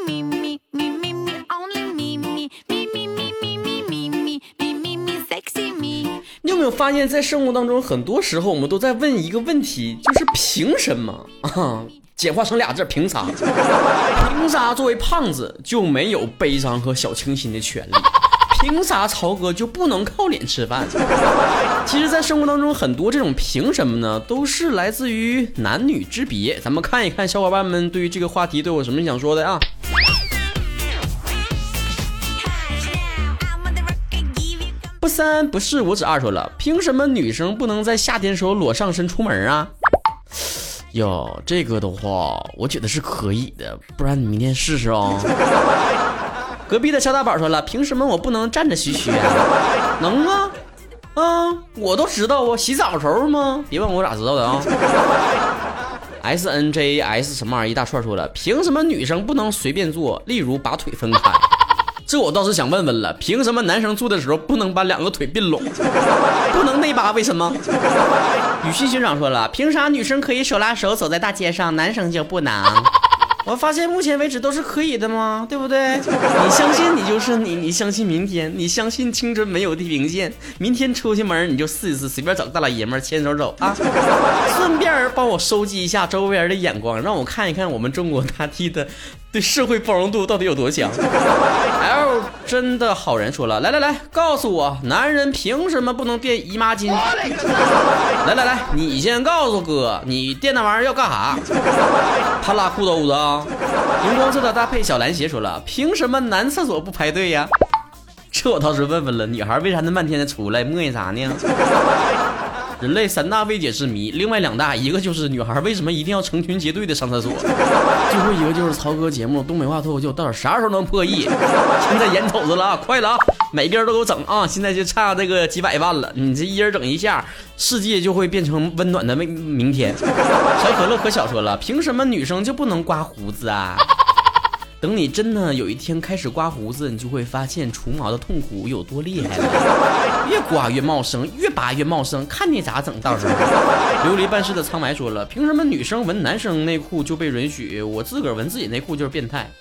你有没有发现，在生活当中，很多时候我们都在问一个问题，就是凭什么啊？简化成俩字，凭啥？凭啥作为胖子就没有悲伤和小清新的权利？凭啥曹哥就不能靠脸吃饭？其实在生活当中，很多这种凭什么呢，都是来自于男女之别。咱们看一看小伙伴们对于这个话题都有什么想说的啊。不三不是我指二说了，凭什么女生不能在夏天时候裸上身出门啊？哟，这个的话我觉得是可以的，不然你明天试试哦。隔壁的小大宝说了，凭什么我不能站着嘘嘘啊？能啊，我都知道啊，洗澡时候吗？别问我咋知道的啊。SNJS 什么玩意儿一大串说了，凭什么女生不能随便坐，例如把腿分开？这我倒是想问问了，凭什么男生做的时候不能把两个腿并拢，不能内八？为什么？语气学长说了，凭啥女生可以手拉手走在大街上，男生就不能？我发现目前为止都是可以的嘛，对不对？你相信你就是你，你相信明天，你相信青春没有地平线，明天出去门你就试一试，随便找个大老爷们牵手走啊！顺便帮我收集一下周围人的眼光，让我看一看我们中国大地的对社会包容度到底有多强。L 真的好人说了，来，告诉我，男人凭什么不能垫姨妈巾？来，你先告诉哥，你垫那玩意儿要干啥？他拉裤兜子啊？荧光色的搭配小蓝鞋说了，凭什么男厕所不排队呀？这我倒是问问了，女孩为啥那漫天的出来摸啥呢？人类三大未解之谜，另外两大，一个就是女孩为什么一定要成群结队的上厕所，最后一个就是曹哥节目东北话脱口秀到底啥时候能破亿？现在眼瞅着了啊，快了啊，每个人都给我整啊！现在就差这个几百万了，你这一人整一下，世界就会变成温暖的明天。小可乐可小说了，凭什么女生就不能刮胡子啊？等你真的有一天开始刮胡子，你就会发现除毛的痛苦有多厉害了，越刮越茂生，越拔越茂生，看你咋整到时候。琉璃办事的苍白说了，凭什么女生闻男生内裤就被允许，我自个儿闻自己内裤就是变态？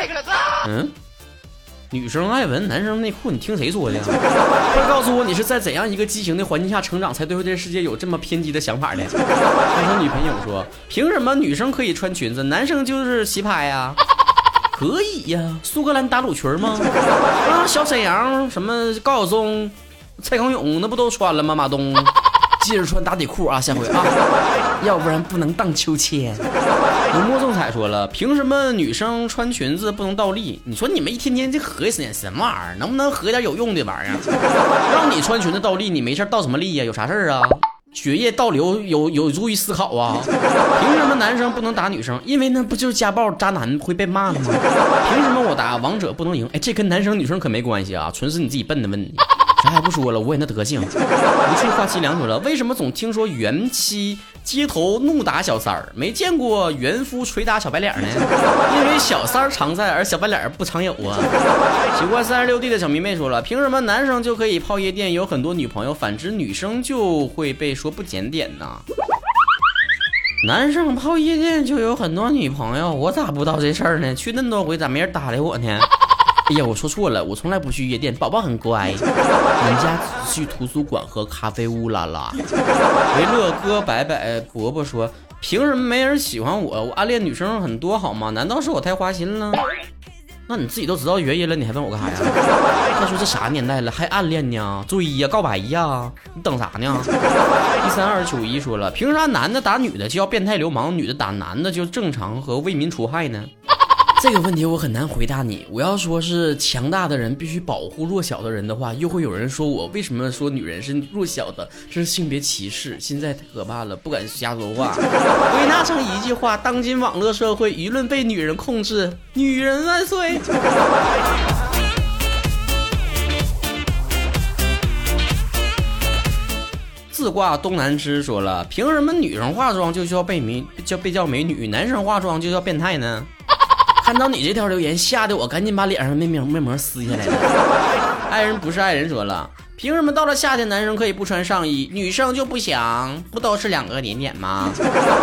女生爱闻男生内裤，你听谁说的？快告诉我，你是在怎样一个畸形的环境下成长，才对这个世界有这么偏激的想法的？他说女朋友说，凭什么女生可以穿裙子，男生就是奇葩呀？可以呀，苏格兰打卤裙吗？啊，小沈阳、什么高晓松、蔡康永那不都穿了吗？马东，接着穿打底裤啊，下回啊，要不然不能荡秋千。浓墨重彩说了，凭什么女生穿裙子不能倒立？你说你们一天天这合计点什么玩意儿？能不能合点有用的玩意儿？让你穿裙子倒立，你没事倒什么立呀？有啥事儿啊？血液倒流有助于思考啊！凭什么男生不能打女生？因为那不就是家暴渣男会被骂的吗？凭什么我打王者不能赢？哎，这跟男生女生可没关系啊，纯是你自己笨的问题。啥也不说了，我也那德性。无处话凄凉说了，为什么总听说元妻街头怒打小三儿，没见过元夫捶打小白脸呢？因为小三儿常在，而小白脸不常有啊。喜欢36D 的小迷妹说了，凭什么男生就可以泡夜店有很多女朋友，反之女生就会被说不检点呢？男生泡夜店就有很多女朋友，我咋不知道这事儿呢？去那么多回咋没人搭理我呢？哎呀，我说错了，我从来不去夜店，宝宝很乖。人家只去图书馆和咖啡屋啦。维乐哥白白伯伯说，凭什么没人喜欢我？我暗恋女生很多好吗？难道是我太花心了？那你自己都知道原因了，你还问我干啥呀？再说这啥年代了还暗恋呢？追呀，告白呀，你等啥呢？13291说了，凭啥男的打女的就要变态流氓，女的打男的就正常和为民除害呢？这个问题我很难回答你。我要说是强大的人必须保护弱小的人的话，又会有人说我为什么说女人是弱小的，这是性别歧视，现在太可怕了，不敢瞎说话。归纳成一句话，当今网络社会舆论被女人控制，女人万岁。自挂东南枝说了，凭什么女生化妆就需要被叫美女，男生化妆就叫变态呢？看到你这条留言，吓得我赶紧把脸上的面膜撕下来了。爱人不是爱人说了， 凭什么到了夏天男生可以不穿上衣，女生就不想？不都是2个点点吗？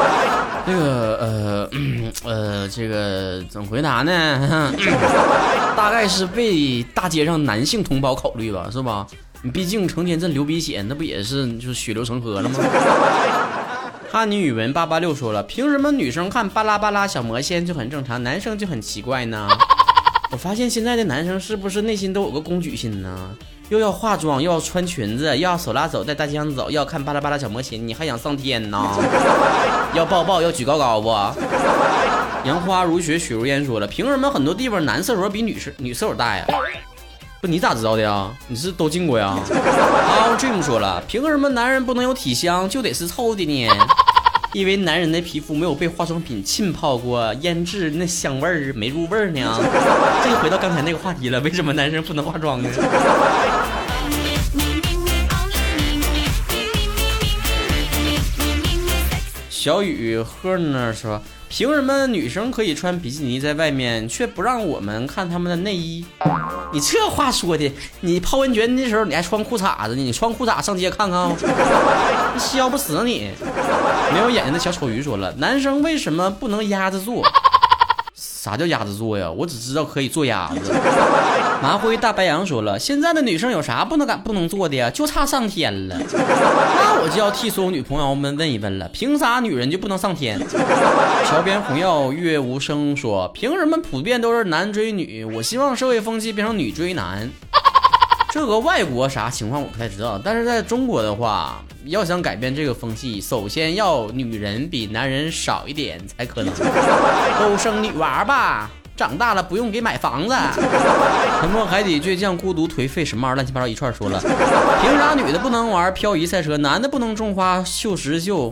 这个怎么回答呢？大概是为大街上男性同胞考虑吧，是吧？你毕竟成天这流鼻血，那不也是就是血流成河了吗？汉语语文886说了，凭什么女生看巴拉巴拉小魔仙就很正常，男生就很奇怪呢？我发现现在的男生是不是内心都有个公举心呢？又要化妆，又要穿裙子，又要手拉手在大街上走，又要看巴拉巴拉小魔仙，你还想上天呢？要抱抱，要举高高不？杨花如雪，许如烟说了，凭什么很多地方男厕所比女厕所大呀？不，你咋知道的呀？你是都进过呀？好 Dream 说了，凭什么男人不能有体香，就得是臭的呢？因为男人的皮肤没有被化妆品浸泡过、腌制，那香味儿没入味儿呢。这就回到刚才那个话题了，为什么男生不能化妆呢？小雨喝呢说，凭什么女生可以穿比基尼在外面，却不让我们看他们的内衣？你这话说的，你泡温泉的时候你还穿裤衩子，你穿裤衩上街看看，你笑不死你。没有眼睛的小丑鱼说了，男生为什么不能鸭子坐？啥叫鸭子坐呀？我只知道可以做鸭子。麻灰大白羊说了，现在的女生有啥不能做的呀？就差上天了。那我就要替所有女朋友们问一问了，凭啥女人就不能上天？桥边红药月无声说，凭什么普遍都是男追女？我希望社会风气变成女追男。这个外国啥情况我不太知道，但是在中国的话，要想改变这个风气，首先要女人比男人少一点才可能。都生女娃吧，长大了不用给买房子。沉默海底倔强孤独颓废什么玩意儿乱七八糟一串说了，凭啥女的不能玩漂移赛车，男的不能种花绣石绣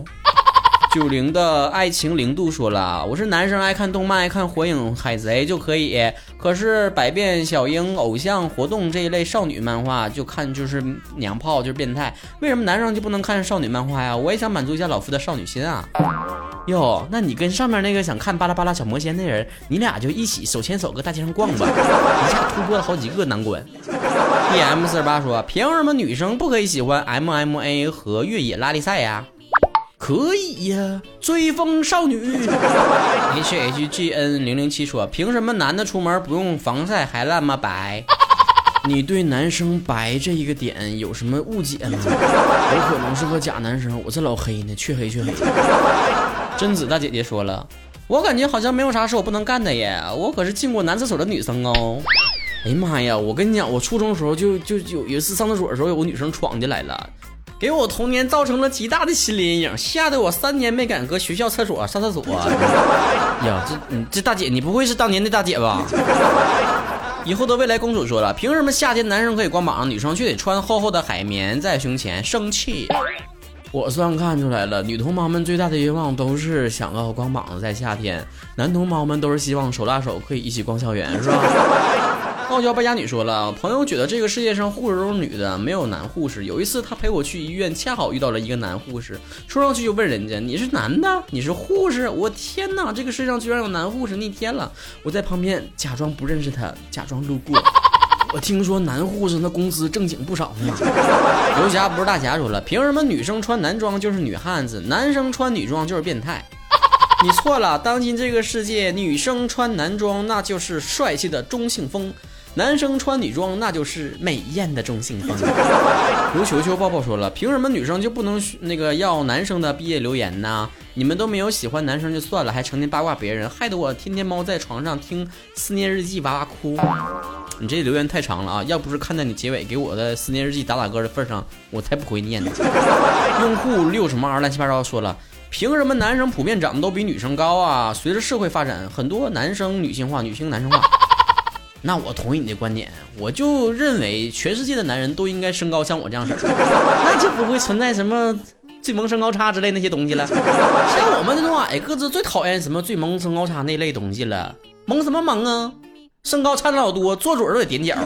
？90的爱情0度说了，我是男生，爱看动漫，爱看火影海贼就可以，可是百变小樱偶像活动这一类少女漫画就看就是娘炮，就是变态，为什么男生就不能看少女漫画呀？我也想满足一下老夫的少女心啊。哟，那你跟上面那个想看巴拉巴拉小魔仙的人，你俩就一起手牵手搁大街上逛吧，一下突破了好几个难关。DM48 说，凭什么女生不可以喜欢 MMA 和越野拉力赛呀？可以呀，追风少女。HHGN007 说，凭什么男的出门不用防晒还那么白？你对男生白这一个点有什么误解吗？我可能是个假男生，我这老黑呢，黢黑。贞子大姐姐说了，我感觉好像没有啥是我不能干的耶，我可是进过男厕所的女生哦。哎呀妈呀，我跟你讲，我初中的时候就有一次上厕所的时候，有个女生闯进来了，给我童年造成了极大的心理阴影，吓得我3年没敢搁学校厕所上厕所。呀，这大姐，你不会是当年的大姐吧？以后的未来公主说了，凭什么夏天男生可以光膀，女生却得穿厚厚的海绵在胸前？生气。我算看出来了，女同胞们最大的愿望都是想要光膀子在夏天，男同胞们都是希望手拉手可以一起逛校园，是吧？傲娇败家女说了，朋友觉得这个世界上护士都是女的，没有男护士。有一次他陪我去医院，恰好遇到了一个男护士，说上去就问人家，你是男的？你是护士？我天哪，这个世上居然有男护士，逆天了！我在旁边假装不认识他，假装路过。我听说男护士那工资正经不少呢。游侠不是大侠说了，凭什么女生穿男装就是女汉子，男生穿女装就是变态？你错了，当今这个世界，女生穿男装那就是帅气的中性风，男生穿女装那就是美艳的中性风。如球球抱抱说了，凭什么女生就不能要男生的毕业留言呢？你们都没有喜欢男生就算了，还成天八卦别人，害得我天天猫在床上听思念日记哇哇哭。你这留言太长了啊！要不是看在你结尾给我的思念日记打歌的份上，我才不回念呢。用户6什么乱七八糟说了，凭什么男生普遍长得都比女生高啊？随着社会发展，很多男生女性化，女性男生化。那我同意你的观点，我就认为全世界的男人都应该身高像我这样式儿，那就不会存在什么最萌身高差之类那些东西了。像我们这种矮个子最讨厌什么最萌身高差那类东西了，萌什么萌啊？身高差的老多，坐嘴都得踮脚。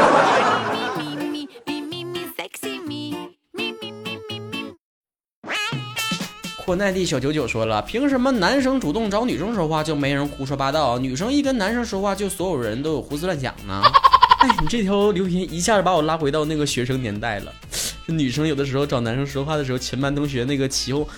阔奈地小99说了，凭什么男生主动找女生说话就没人胡说八道，女生一跟男生说话就所有人都有胡思乱想呢？ 哎，你这条留言一下子把我拉回到那个学生年代了。女生有的时候找男生说话的时候，全班同学那个起哄，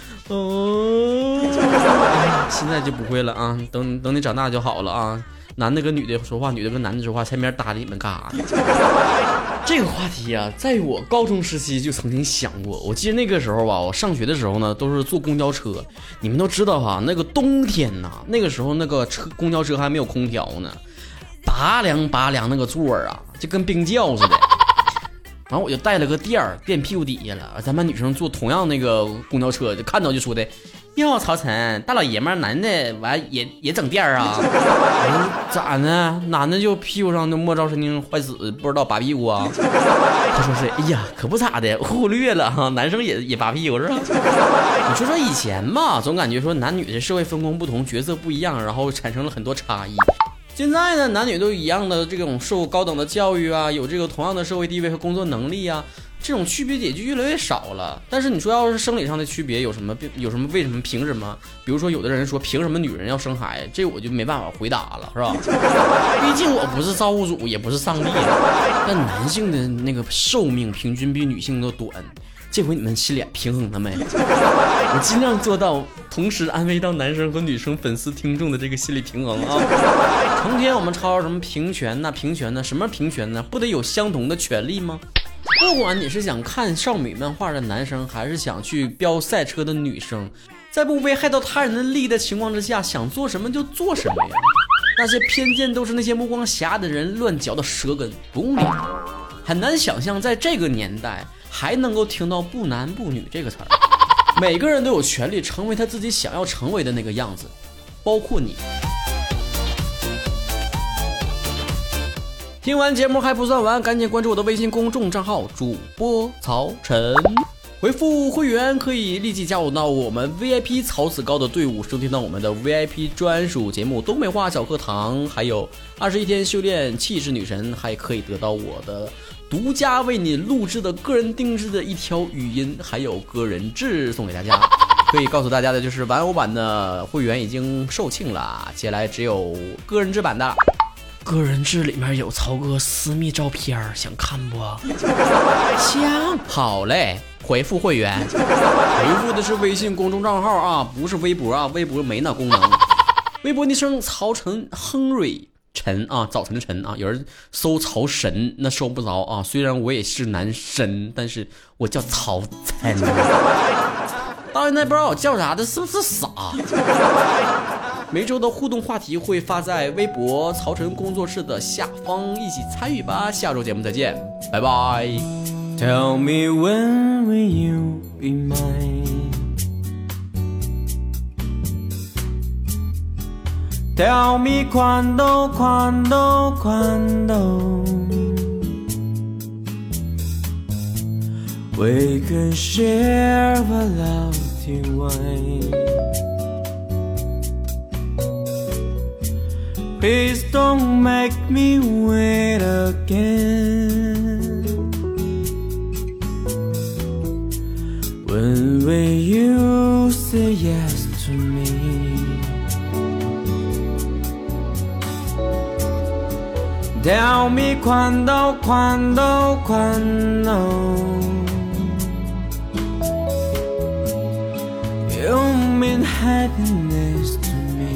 现在就不会了啊。等你长大就好了啊。男的跟女的说话，女的跟男的说话，前面搭理你们干啥呢？这个话题啊，在我高中时期就曾经想过。我记得那个时候吧，我上学的时候呢，都是坐公交车。你们都知道哈，那个冬天呐，那个时候那个公交车还没有空调呢，拔凉那个座啊，就跟冰窖似的。然后我就带了个垫屁股底下了。咱们女生坐同样那个公交车，就看到就说的，哟，曹晨，大老爷们男的完也整垫啊？我说咋呢？男的就屁股上就末梢神经坏死，不知道拔屁股啊？他说是，哎呀，可不咋的，忽略了哈，男生也拔屁股是吧？你说以前嘛，总感觉说男女的社会分工不同，角色不一样，然后产生了很多差异。现在呢，男女都一样的这种受高等的教育啊，有这个同样的社会地位和工作能力啊，这种区别也就越来越少了。但是你说要是生理上的区别有什么为什么凭什么？比如说有的人说凭什么女人要生孩子，这我就没办法回答了，是吧？毕竟我不是造物主，也不是上帝，但男性的那个寿命平均比女性都短。这回你们心里平衡了没？我尽量做到，同时安慰到男生和女生粉丝听众的这个心理平衡啊。成天我们吵什么平权呢？什么平权呢？不得有相同的权利吗？不管你是想看少女漫画的男生，还是想去飙赛车的女生，在不危害到他人的利益的情况之下，想做什么就做什么呀。那些偏见都是那些目光狭隘的人乱嚼的舌根，不用理。很难想象在这个年代还能够听到不男不女这个词儿。每个人都有权利成为他自己想要成为的那个样子，包括你。听完节目还不算完，赶紧关注我的微信公众账号主播曹晨，回复会员可以立即加入到我们 VIP 曹子高的队伍，收听到我们的 VIP 专属节目东北话小课堂，还有21天修炼气质女神，还可以得到我的独家为你录制的个人定制的一条语音，还有个人志送给大家。可以告诉大家的就是玩偶版的会员已经售罄了，接下来只有个人制版的。个人志里面有曹哥私密照片，想看不？想。好嘞，回复会员，回复的是微信公众账号啊，不是微博啊，微博没那功能。微博昵称曹晨亨瑞晨啊，早晨的晨啊，有人搜曹神那搜不着啊，虽然我也是男神，但是我叫曹晨。当然那不知道我叫啥的，是不是傻？每周的互动话题会发在微博曹晨工作室的下方，一起参与吧。下周节目再见，拜拜。Tell me when will you be mine? Tell me quando we can share a love divine. Please don't make me wait again. When will you say yes to me? Tell me quando you mean happiness to me.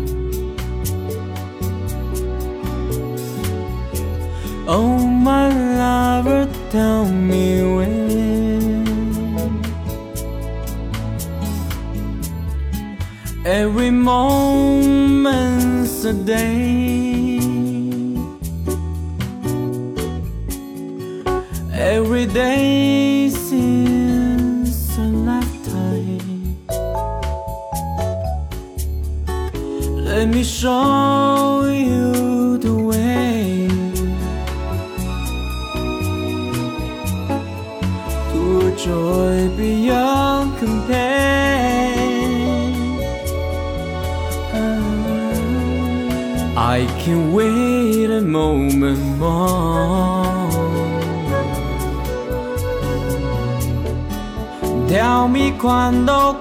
Oh my lover, tell me when. Every moment's a day, every day seems a lifetime. Let me show you the way to a joy beyond compare. I can wait a moment more. Tell me quando.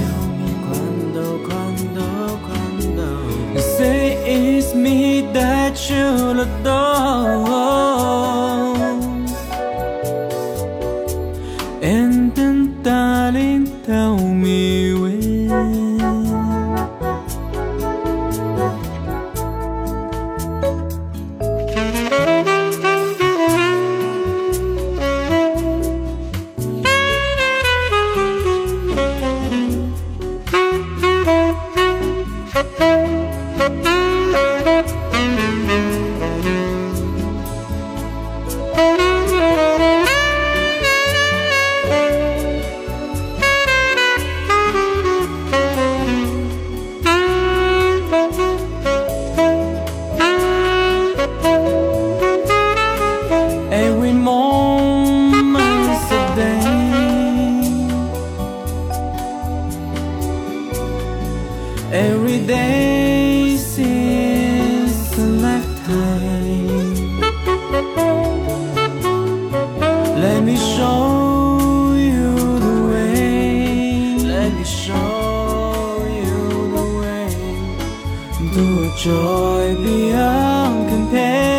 Say it's me that should adore. And then, darling, tell me when. Every moment's a day, every day seems a lifetime. Let me show you the way, let me show you the way to a joy beyond compare.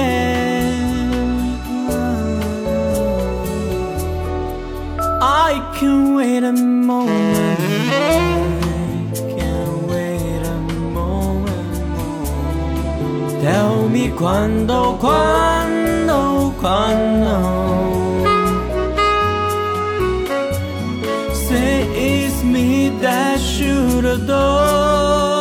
I can't wait a moment, I can't wait a moment more. Tell me quando, quando, quando. Say it's me that should adore.